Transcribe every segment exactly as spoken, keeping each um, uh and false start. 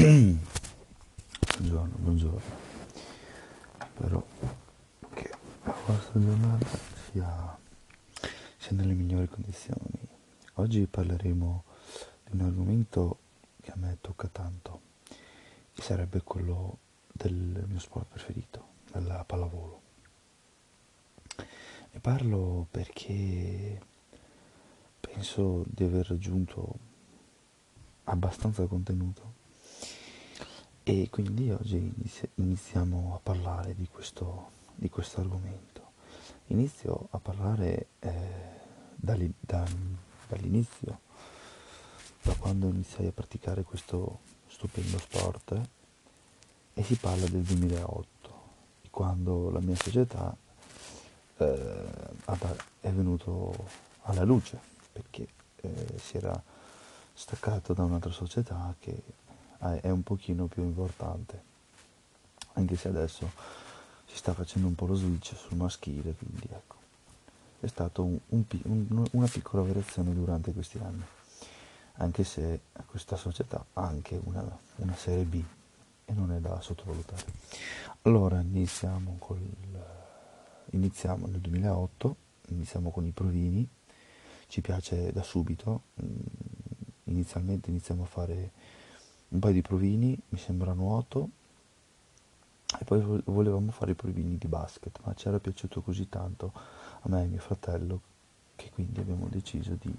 Buongiorno, buongiorno. Spero che la vostra giornata sia, sia nelle migliori condizioni. Oggi parleremo di un argomento che a me tocca tanto, che sarebbe quello del mio sport preferito, della pallavolo. Ne parlo perché penso di aver raggiunto abbastanza contenuto e quindi oggi inizi- iniziamo a parlare di questo, di questo argomento. Inizio a parlare eh, dall'i- da- dall'inizio, da quando iniziai a praticare questo stupendo sport, eh, e si parla del duemilaotto, di quando la mia società eh, ad- è venuto alla luce, perché eh, si era staccato da un'altra società che eh, è un pochino più importante, anche se adesso si sta facendo un po' lo switch sul maschile, quindi ecco, è stata un, un pi- un- una piccola variazione durante questi anni, anche se questa società ha anche una, una serie B e non è da sottovalutare. Allora iniziamo, col, iniziamo nel duemilaotto, iniziamo con i provini, ci piace da subito, mm, inizialmente iniziamo a fare un paio di provini, mi sembra nuoto, e poi vo- volevamo fare i provini di basket, ma ci era piaciuto così tanto a me e mio fratello che quindi abbiamo deciso di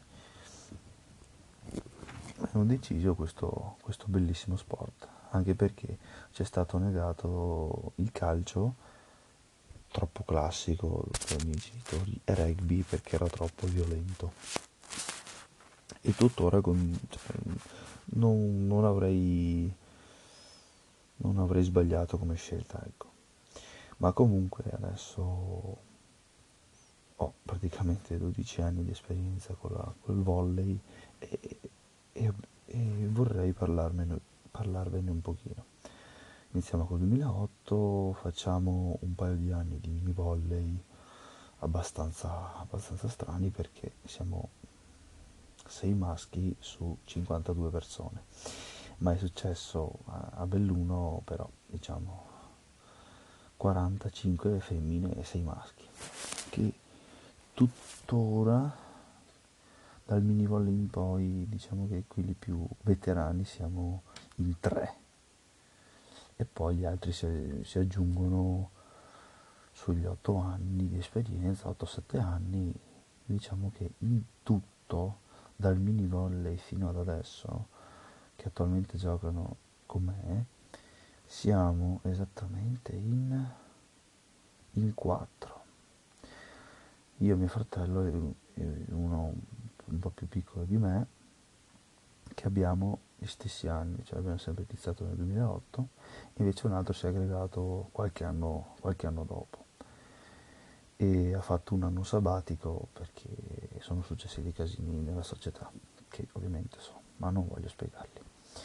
abbiamo deciso questo, questo bellissimo sport, anche perché ci è stato negato il calcio, troppo classico per i miei genitori, e rugby perché era troppo violento. E tuttora con- cioè, non, non avrei non avrei sbagliato come scelta, ecco. Ma comunque adesso ho praticamente dodici anni di esperienza con la, col volley e, e- e vorrei parlarmene, parlarvene un pochino. Iniziamo col duemilaotto, facciamo un paio di anni di mini volley abbastanza, abbastanza strani perché siamo sei maschi su cinquantadue persone. Ma è successo a, a Belluno, però diciamo quarantacinque femmine e sei maschi, che tuttora dal mini volley in poi diciamo che quelli più veterani siamo in tre e poi gli altri si, si aggiungono sugli otto anni di esperienza, otto sette anni, diciamo che in tutto dal mini volley fino ad adesso che attualmente giocano con me siamo esattamente in, in quattro. Io e mio fratello e uno un po' più piccolo di me, che abbiamo gli stessi anni, cioè abbiamo sempre iniziato nel duemilaotto, invece un altro si è aggregato qualche anno, qualche anno dopo e ha fatto un anno sabbatico perché sono successi dei casini nella società, che ovviamente so, ma non voglio spiegarli.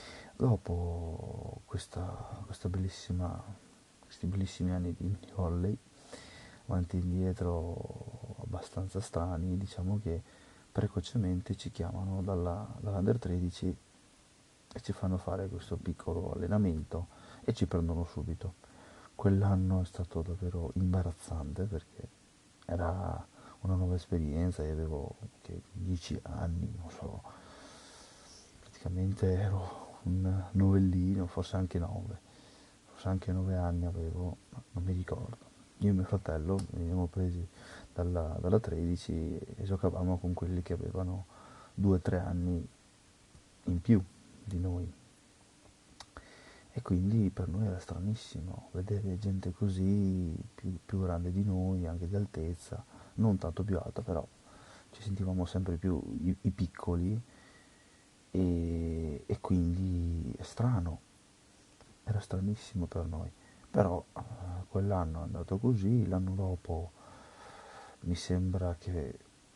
Dopo questa, questa bellissima, questi bellissimi anni di mini volley, avanti e indietro abbastanza strani, diciamo che precocemente ci chiamano dalla, dall'Under tredici e ci fanno fare questo piccolo allenamento e ci prendono subito. Quell'anno è stato davvero imbarazzante perché era una nuova esperienza, io avevo che dieci anni, non so, praticamente ero un novellino, forse anche nove, forse anche nove anni avevo, ma non mi ricordo. Io e mio fratello veniamo presi dalla, dalla tredici e giocavamo con quelli che avevano due tre anni in più di noi. E quindi per noi era stranissimo vedere gente così, più, più grande di noi, anche di altezza, non tanto più alta, però ci sentivamo sempre più i, i piccoli e, e quindi è strano, era stranissimo per noi. Però eh, quell'anno è andato così, l'anno dopo mi sembra che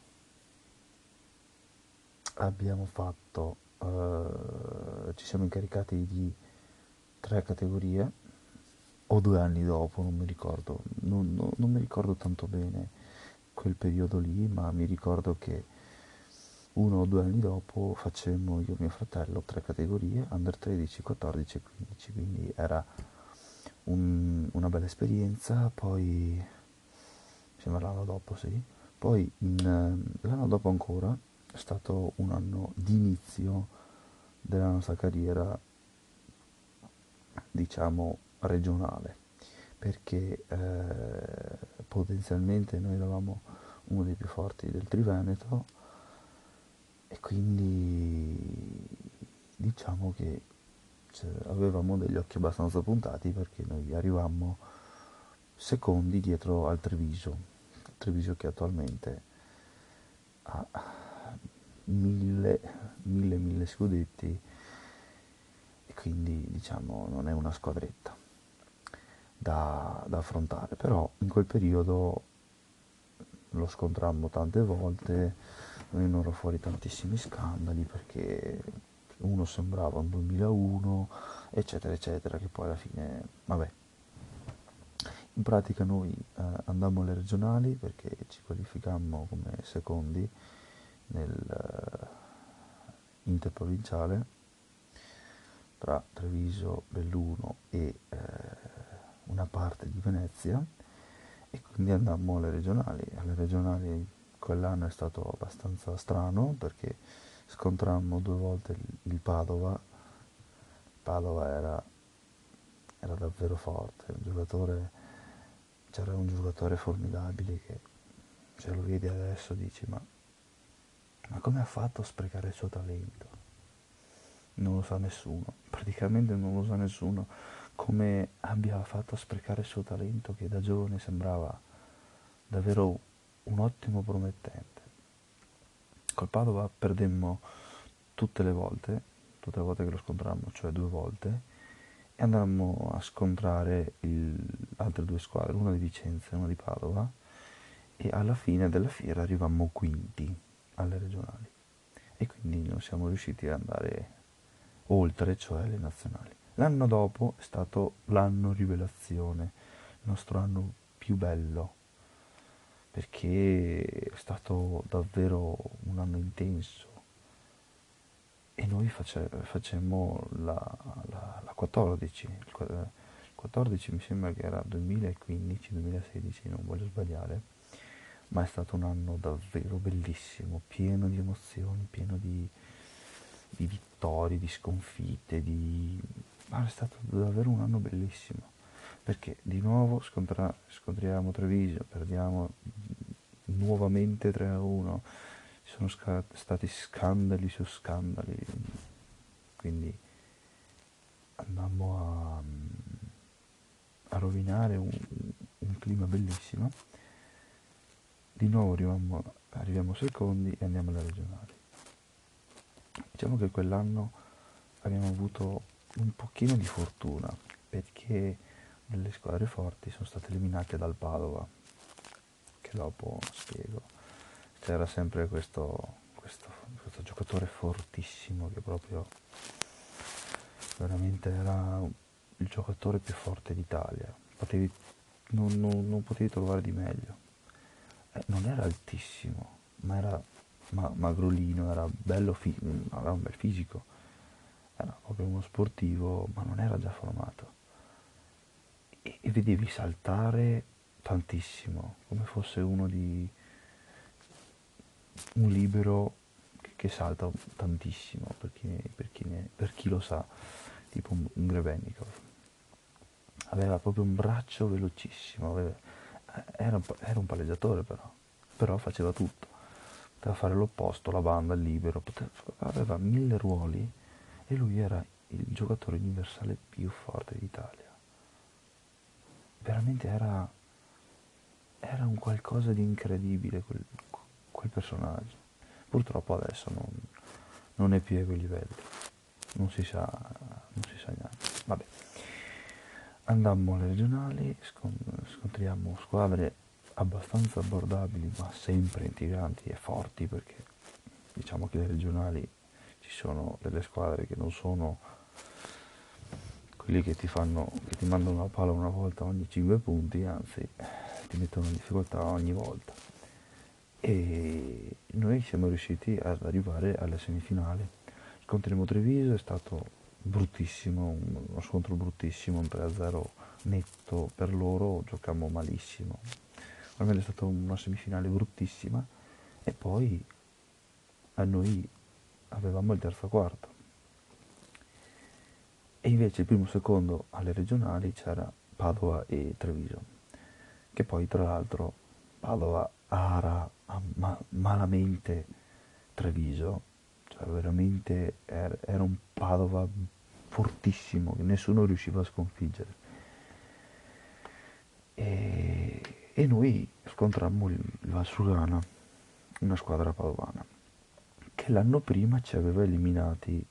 abbiamo fatto, eh, ci siamo incaricati di tre categorie, o due anni dopo, non mi ricordo, non, non- non mi ricordo tanto bene quel periodo lì, ma mi ricordo che uno o due anni dopo facemmo io e mio fratello tre categorie, under tredici, quattordici e quindici, quindi era un- una bella esperienza. Poi mi sembra l'anno dopo, sì, poi in, eh, l'anno dopo ancora è stato un anno di inizio della nostra carriera, diciamo, regionale, perché eh, potenzialmente noi eravamo uno dei più forti del Triveneto e quindi diciamo che cioè, avevamo degli occhi abbastanza puntati perché noi arrivammo secondi dietro al Treviso, Treviso che attualmente ha mille, mille, mille scudetti e quindi diciamo non è una squadretta da, da affrontare, però in quel periodo lo scontrammo tante volte, vennero fuori tantissimi scandali perché uno sembrava un duemilauno, eccetera, eccetera, che poi alla fine, vabbè, in pratica noi eh, andammo alle regionali perché ci qualificammo come secondi nel eh, interprovinciale tra Treviso, Belluno e eh, una parte di Venezia e quindi andammo alle regionali. Alle regionali quell'anno è stato abbastanza strano perché scontrammo due volte il, il Padova. Padova era, era davvero forte, un giocatore, c'era un giocatore formidabile che se lo vedi adesso dici ma, ma come ha fatto a sprecare il suo talento? Non lo sa nessuno, praticamente non lo sa nessuno come abbia fatto a sprecare il suo talento che da giovane sembrava davvero un ottimo promettente. Col Padova perdemmo tutte le volte, tutte le volte che lo scontrammo, cioè due volte, e andammo a scontrare il, altre due squadre, una di Vicenza e una di Padova, e alla fine della fiera arrivammo quinti alle regionali e quindi non siamo riusciti ad andare oltre, cioè alle nazionali. L'anno dopo è stato l'anno rivelazione, il nostro anno più bello, perché è stato davvero un anno intenso e noi face, facemmo la, la, la quattordici, il qua- il quattordici mi sembra che era duemilaquindici duemilasedici, non voglio sbagliare, ma è stato un anno davvero bellissimo, pieno di emozioni, pieno di, di vittorie, di sconfitte, di... ma è stato davvero un anno bellissimo, perché di nuovo scontra- scontriamo Treviso, perdiamo nuovamente tre a uno, ci sono sca- stati scandali su scandali, quindi andammo a, a rovinare un, un clima bellissimo. Di nuovo arriviamo, arriviamo secondi e andiamo alle regionali. Diciamo che quell'anno abbiamo avuto un pochino di fortuna perché delle squadre forti sono state eliminate dal Padova, che dopo spiego. C'era sempre questo, questo, questo giocatore fortissimo che proprio veramente era il giocatore più forte d'Italia. Potevi, non, non- non potevi trovare di meglio. Eh, non era altissimo, ma era ma- magrolino, era bello, fi- aveva un bel fisico, era proprio uno sportivo, ma non era già formato. E, e vedevi saltare tantissimo, come fosse uno di un libero che, che salta tantissimo, per chi, per chi ne- per chi lo sa, tipo un, un Grebennikov. Aveva proprio un braccio velocissimo, aveva- era, un pa- era un palleggiatore però, però faceva tutto. Poteva fare l'opposto, la banda, il libero, poteva- aveva mille ruoli e lui era il giocatore universale più forte d'Italia. Veramente era, era un qualcosa di incredibile quel, quel personaggio. Purtroppo adesso non, non è più a quei livelli, non si sa, non si sa neanche. Vabbè, andammo alle regionali, scon- scontriamo squadre abbastanza abbordabili, ma sempre intriganti e forti, perché diciamo che le regionali ci sono delle squadre che non sono quelli che ti fanno, che ti mandano la palla una volta ogni cinque punti, anzi ti mettono in difficoltà ogni volta. E noi siamo riusciti ad arrivare alle semifinali. Il Contremo Treviso è stato bruttissimo, uno scontro bruttissimo, un tre a zero netto per loro, giocammo malissimo. Veramente è stata una semifinale bruttissima e poi a noi avevamo il terzo quarto. E invece il primo secondo alle regionali c'era Padova e Treviso, che poi tra l'altro Padova ara ma- malamente Treviso, cioè veramente er- era un Padova fortissimo che nessuno riusciva a sconfiggere. E, e noi scontrammo il, il Valsugana, una squadra padovana, che l'anno prima ci aveva eliminati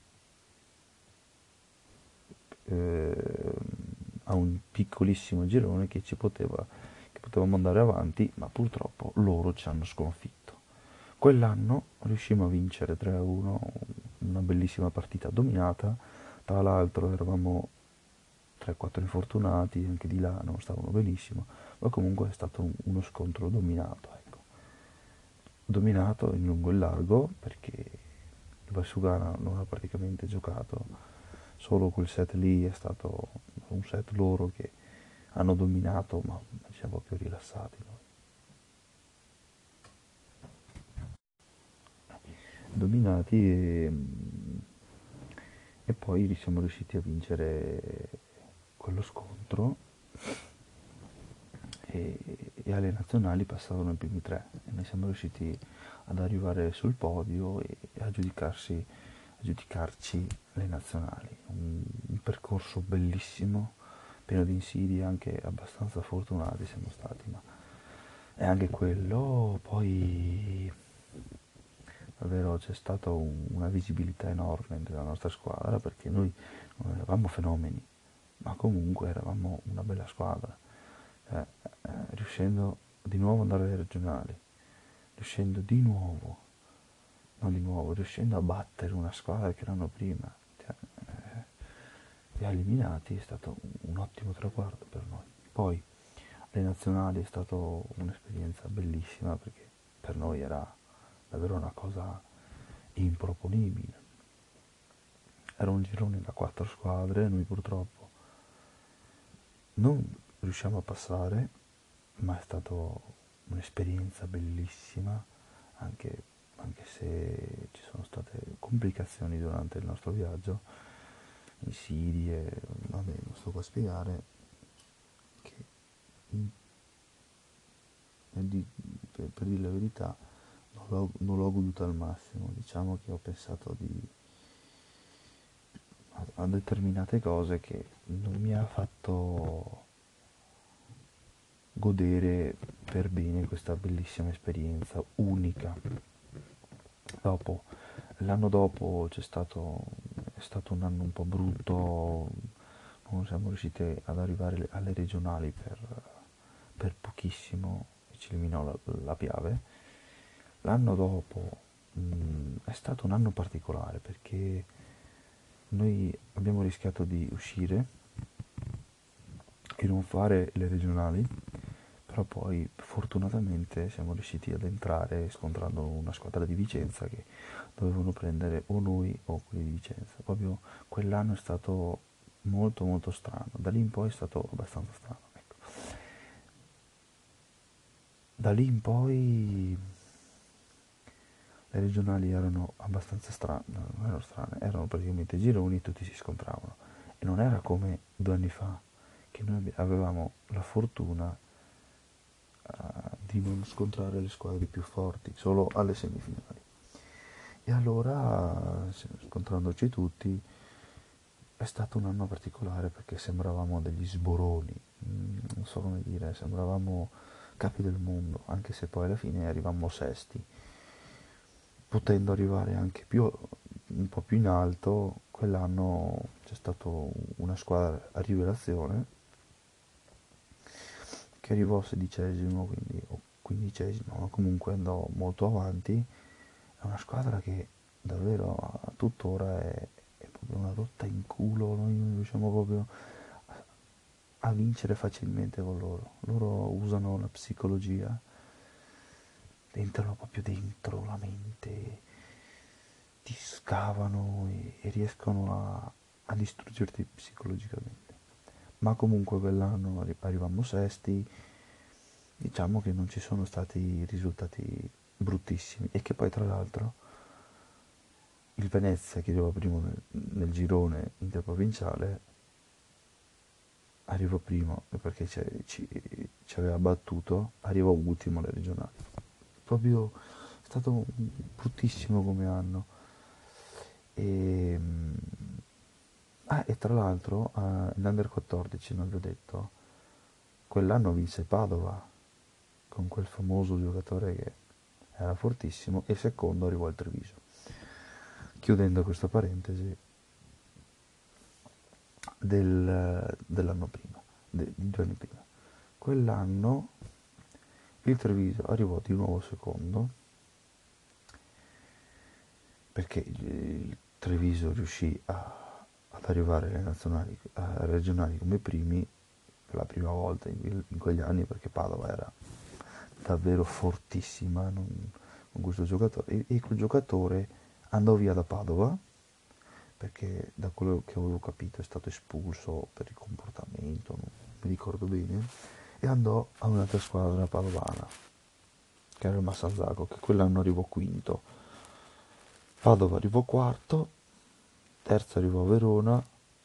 eh, a un piccolissimo girone che ci poteva, che potevamo andare avanti, ma purtroppo loro ci hanno sconfitto. Quell'anno riuscimmo a vincere tre a uno, una bellissima partita dominata, tra l'altro eravamo tre quattro infortunati, anche di là non stavano benissimo, ma comunque è stato un- uno scontro dominato, ecco. Dominato in lungo e largo perché il Valsugana non ha praticamente giocato, solo quel set lì è stato un set loro che hanno dominato, ma ci siamo più rilassati noi. Dominati e, e poi siamo riusciti a vincere quello scontro e, e alle nazionali passavano i primi tre e noi siamo riusciti ad arrivare sul podio e, e a giudicarsi, a giudicarci le nazionali. Un, un percorso bellissimo, pieno di insidie, anche abbastanza fortunati siamo stati, ma è anche quello. Poi davvero c'è stata un- una visibilità enorme della nostra squadra perché noi non eravamo fenomeni, ma comunque eravamo una bella squadra. Eh, eh, riuscendo di nuovo ad andare alle regionali, riuscendo di nuovo, non di nuovo, riuscendo a battere una squadra che l'anno prima cioè, eh, li ha eliminati, è stato un ottimo traguardo per noi. Poi le nazionali è stata un'esperienza bellissima perché per noi era davvero una cosa improponibile. Era un girone da quattro squadre, noi purtroppo non riusciamo a passare, ma è stata un'esperienza bellissima, anche, anche se ci sono state complicazioni durante il nostro viaggio, insidie, vabbè, non sto qua a spiegare, che in- di- per, per dire la verità non l'ho, non l'ho goduta al massimo, diciamo che ho pensato di, a, a determinate cose che non mi ha fatto godere per bene questa bellissima esperienza unica. Dopo, l'anno dopo c'è stato, è stato un anno un po' brutto, non siamo riusciti ad arrivare alle regionali per, per pochissimo e ci eliminò la, la Piave. L'anno dopo mh, è stato un anno particolare perché noi abbiamo rischiato di uscire e non fare le regionali, però poi fortunatamente siamo riusciti ad entrare scontrando una squadra di Vicenza che dovevano prendere o noi o quelli di Vicenza. Proprio quell'anno è stato molto molto strano, da lì in poi è stato abbastanza strano. Ecco. Da lì in poi le regionali erano abbastanza strane, no, non erano strane, erano praticamente gironi e tutti si scontravano. E non era come due anni fa, che noi avevamo la fortuna uh, di non scontrare le squadre più forti, solo alle semifinali. E allora, scontrandoci tutti, è stato un anno particolare perché sembravamo degli sboroni, mm, non so come dire, sembravamo capi del mondo, anche se poi alla fine arrivammo sesti, potendo arrivare anche più, un po' più in alto. Quell'anno c'è stata una squadra a rivelazione che arrivò sedicesimo, quindi, o quindicesimo, ma comunque andò molto avanti. È una squadra che davvero a tuttora è, è proprio una rotta in culo, noi non riusciamo proprio a, a vincere facilmente con loro. Loro usano la psicologia entrano proprio dentro la mente, ti scavano e, e riescono a, a distruggerti psicologicamente. Ma comunque quell'anno arri- arrivammo sesti, diciamo che non ci sono stati risultati bruttissimi e che poi tra l'altro il Venezia che arrivò primo nel, nel girone interprovinciale arrivò primo perché ci, ci, ci aveva battuto, arrivò ultimo alle regionali. Proprio è stato bruttissimo come anno. E, ah, e tra l'altro eh, in Under quattordici, non vi ho detto, quell'anno vinse Padova con quel famoso giocatore che era fortissimo e secondo arrivò il Treviso. Chiudendo questa parentesi del, dell'anno prima, de, di due anni prima. Quell'anno il Treviso arrivò di nuovo secondo perché il Treviso riuscì a, ad arrivare alle nazionali, alle regionali come primi per la prima volta in, in quegli anni perché Padova era davvero fortissima non, con questo giocatore e, e quel giocatore andò via da Padova perché da quello che avevo capito è stato espulso per il comportamento, non mi ricordo bene, e andò a un'altra squadra padovana, che era il Massazago, che quell'anno arrivò quinto. Padova arrivò quarto, terzo arrivò Verona,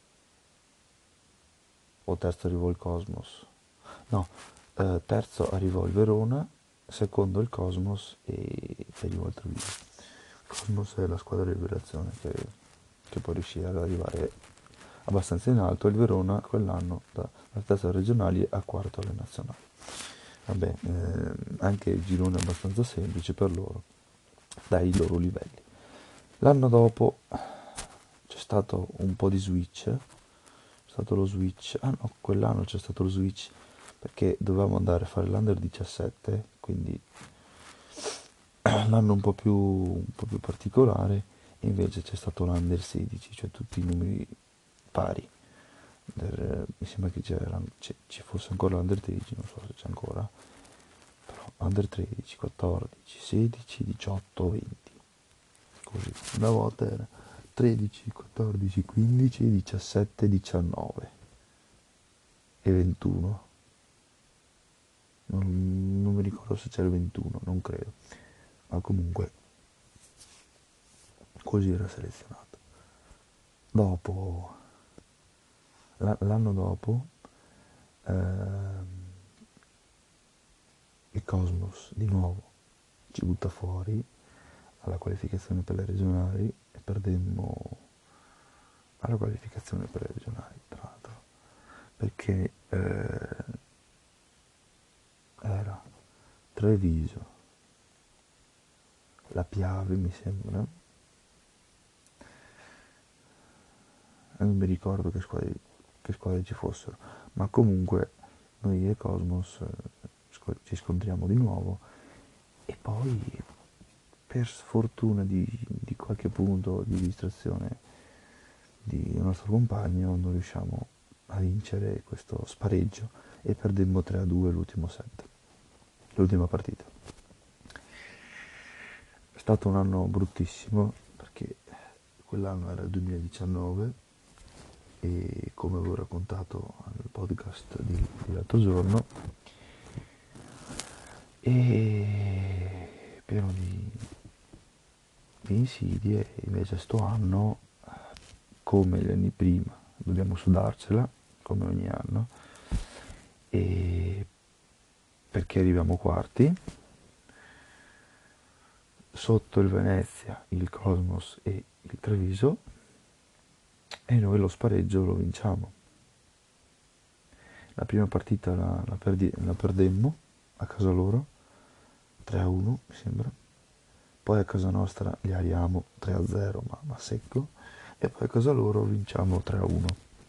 o terzo arrivò il Cosmos. No, eh, terzo arrivò il Verona, secondo il Cosmos e arrivò il Treviso. Il Cosmos è la squadra di rivelazione che, che poi riuscì ad arrivare abbastanza in alto e il Verona quell'anno da, da terza regionali a quarto alle nazionali. Vabbè, eh, anche il girone è abbastanza semplice per loro, dai loro livelli. L'anno dopo c'è stato un po' di switch, c'è stato lo switch, ah no, quell'anno c'è stato lo switch perché dovevamo andare a fare l'Under diciassette, quindi l'anno un po' più, un po' più particolare, e invece c'è stato l'Under sedici, cioè tutti i numeri pari. Der, mi sembra che c'era, ci fosse ancora l'Under tredici, non so se c'è ancora, però Under tredici, quattordici, sedici, diciotto, venti, così. Una volta era tredici, quattordici, quindici, diciassette, diciannove e ventuno. Non, non mi ricordo se c'era il ventuno, non credo, ma comunque così era selezionato. Dopo, l'anno dopo, ehm, il Cosmos di nuovo ci butta fuori alla qualificazione per le regionali e perdemmo alla qualificazione per le regionali, tra l'altro, perché eh, era Treviso, la Piave mi sembra, e non mi ricordo che squadre, che squadre ci fossero, ma comunque noi e Cosmos eh, ci scontriamo di nuovo e poi per sfortuna di, di qualche punto di distrazione di un nostro compagno non riusciamo a vincere questo spareggio e perdemmo tre a due l'ultimo set, l'ultima partita. È stato un anno bruttissimo perché quell'anno era il duemiladiciannove e come avevo raccontato al podcast di, di l'altro giorno, e pieno di, di insidie, invece sto anno, come gli anni prima, dobbiamo sudarcela, come ogni anno, e perché arriviamo quarti, sotto il Venezia, il Cosmos e il Treviso, e noi lo spareggio lo vinciamo. La prima partita la, la, perdi, la perdemmo a casa loro, tre a uno mi sembra, poi a casa nostra li ariamo tre a zero ma, ma secco, e poi a casa loro vinciamo tre a uno.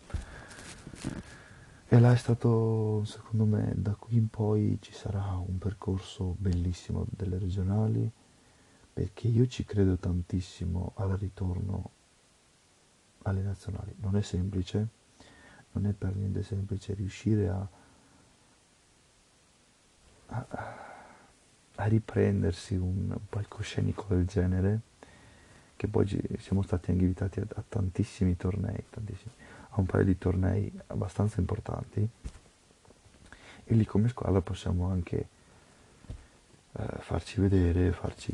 E là è stato, secondo me, da qui in poi ci sarà un percorso bellissimo delle regionali, perché io ci credo tantissimo al ritorno alle nazionali. Non è semplice, non è per niente semplice riuscire a, a, a riprendersi un palcoscenico del genere, che poi ci, siamo stati anche invitati a, a tantissimi tornei, tantissimi, a un paio di tornei abbastanza importanti, e lì come squadra possiamo anche eh, farci vedere, farci,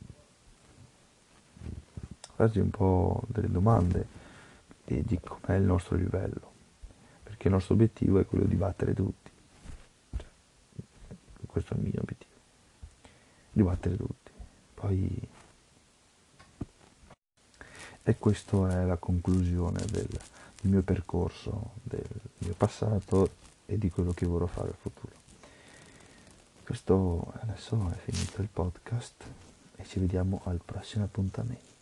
farci un po' delle domande di, di com'è il nostro livello, perché il nostro obiettivo è quello di battere tutti, cioè, questo è il mio obiettivo, di battere tutti. Poi, e questa è la conclusione del, del mio percorso, del mio passato e di quello che vorrò fare al futuro. Questo adesso è finito il podcast e ci vediamo al prossimo appuntamento.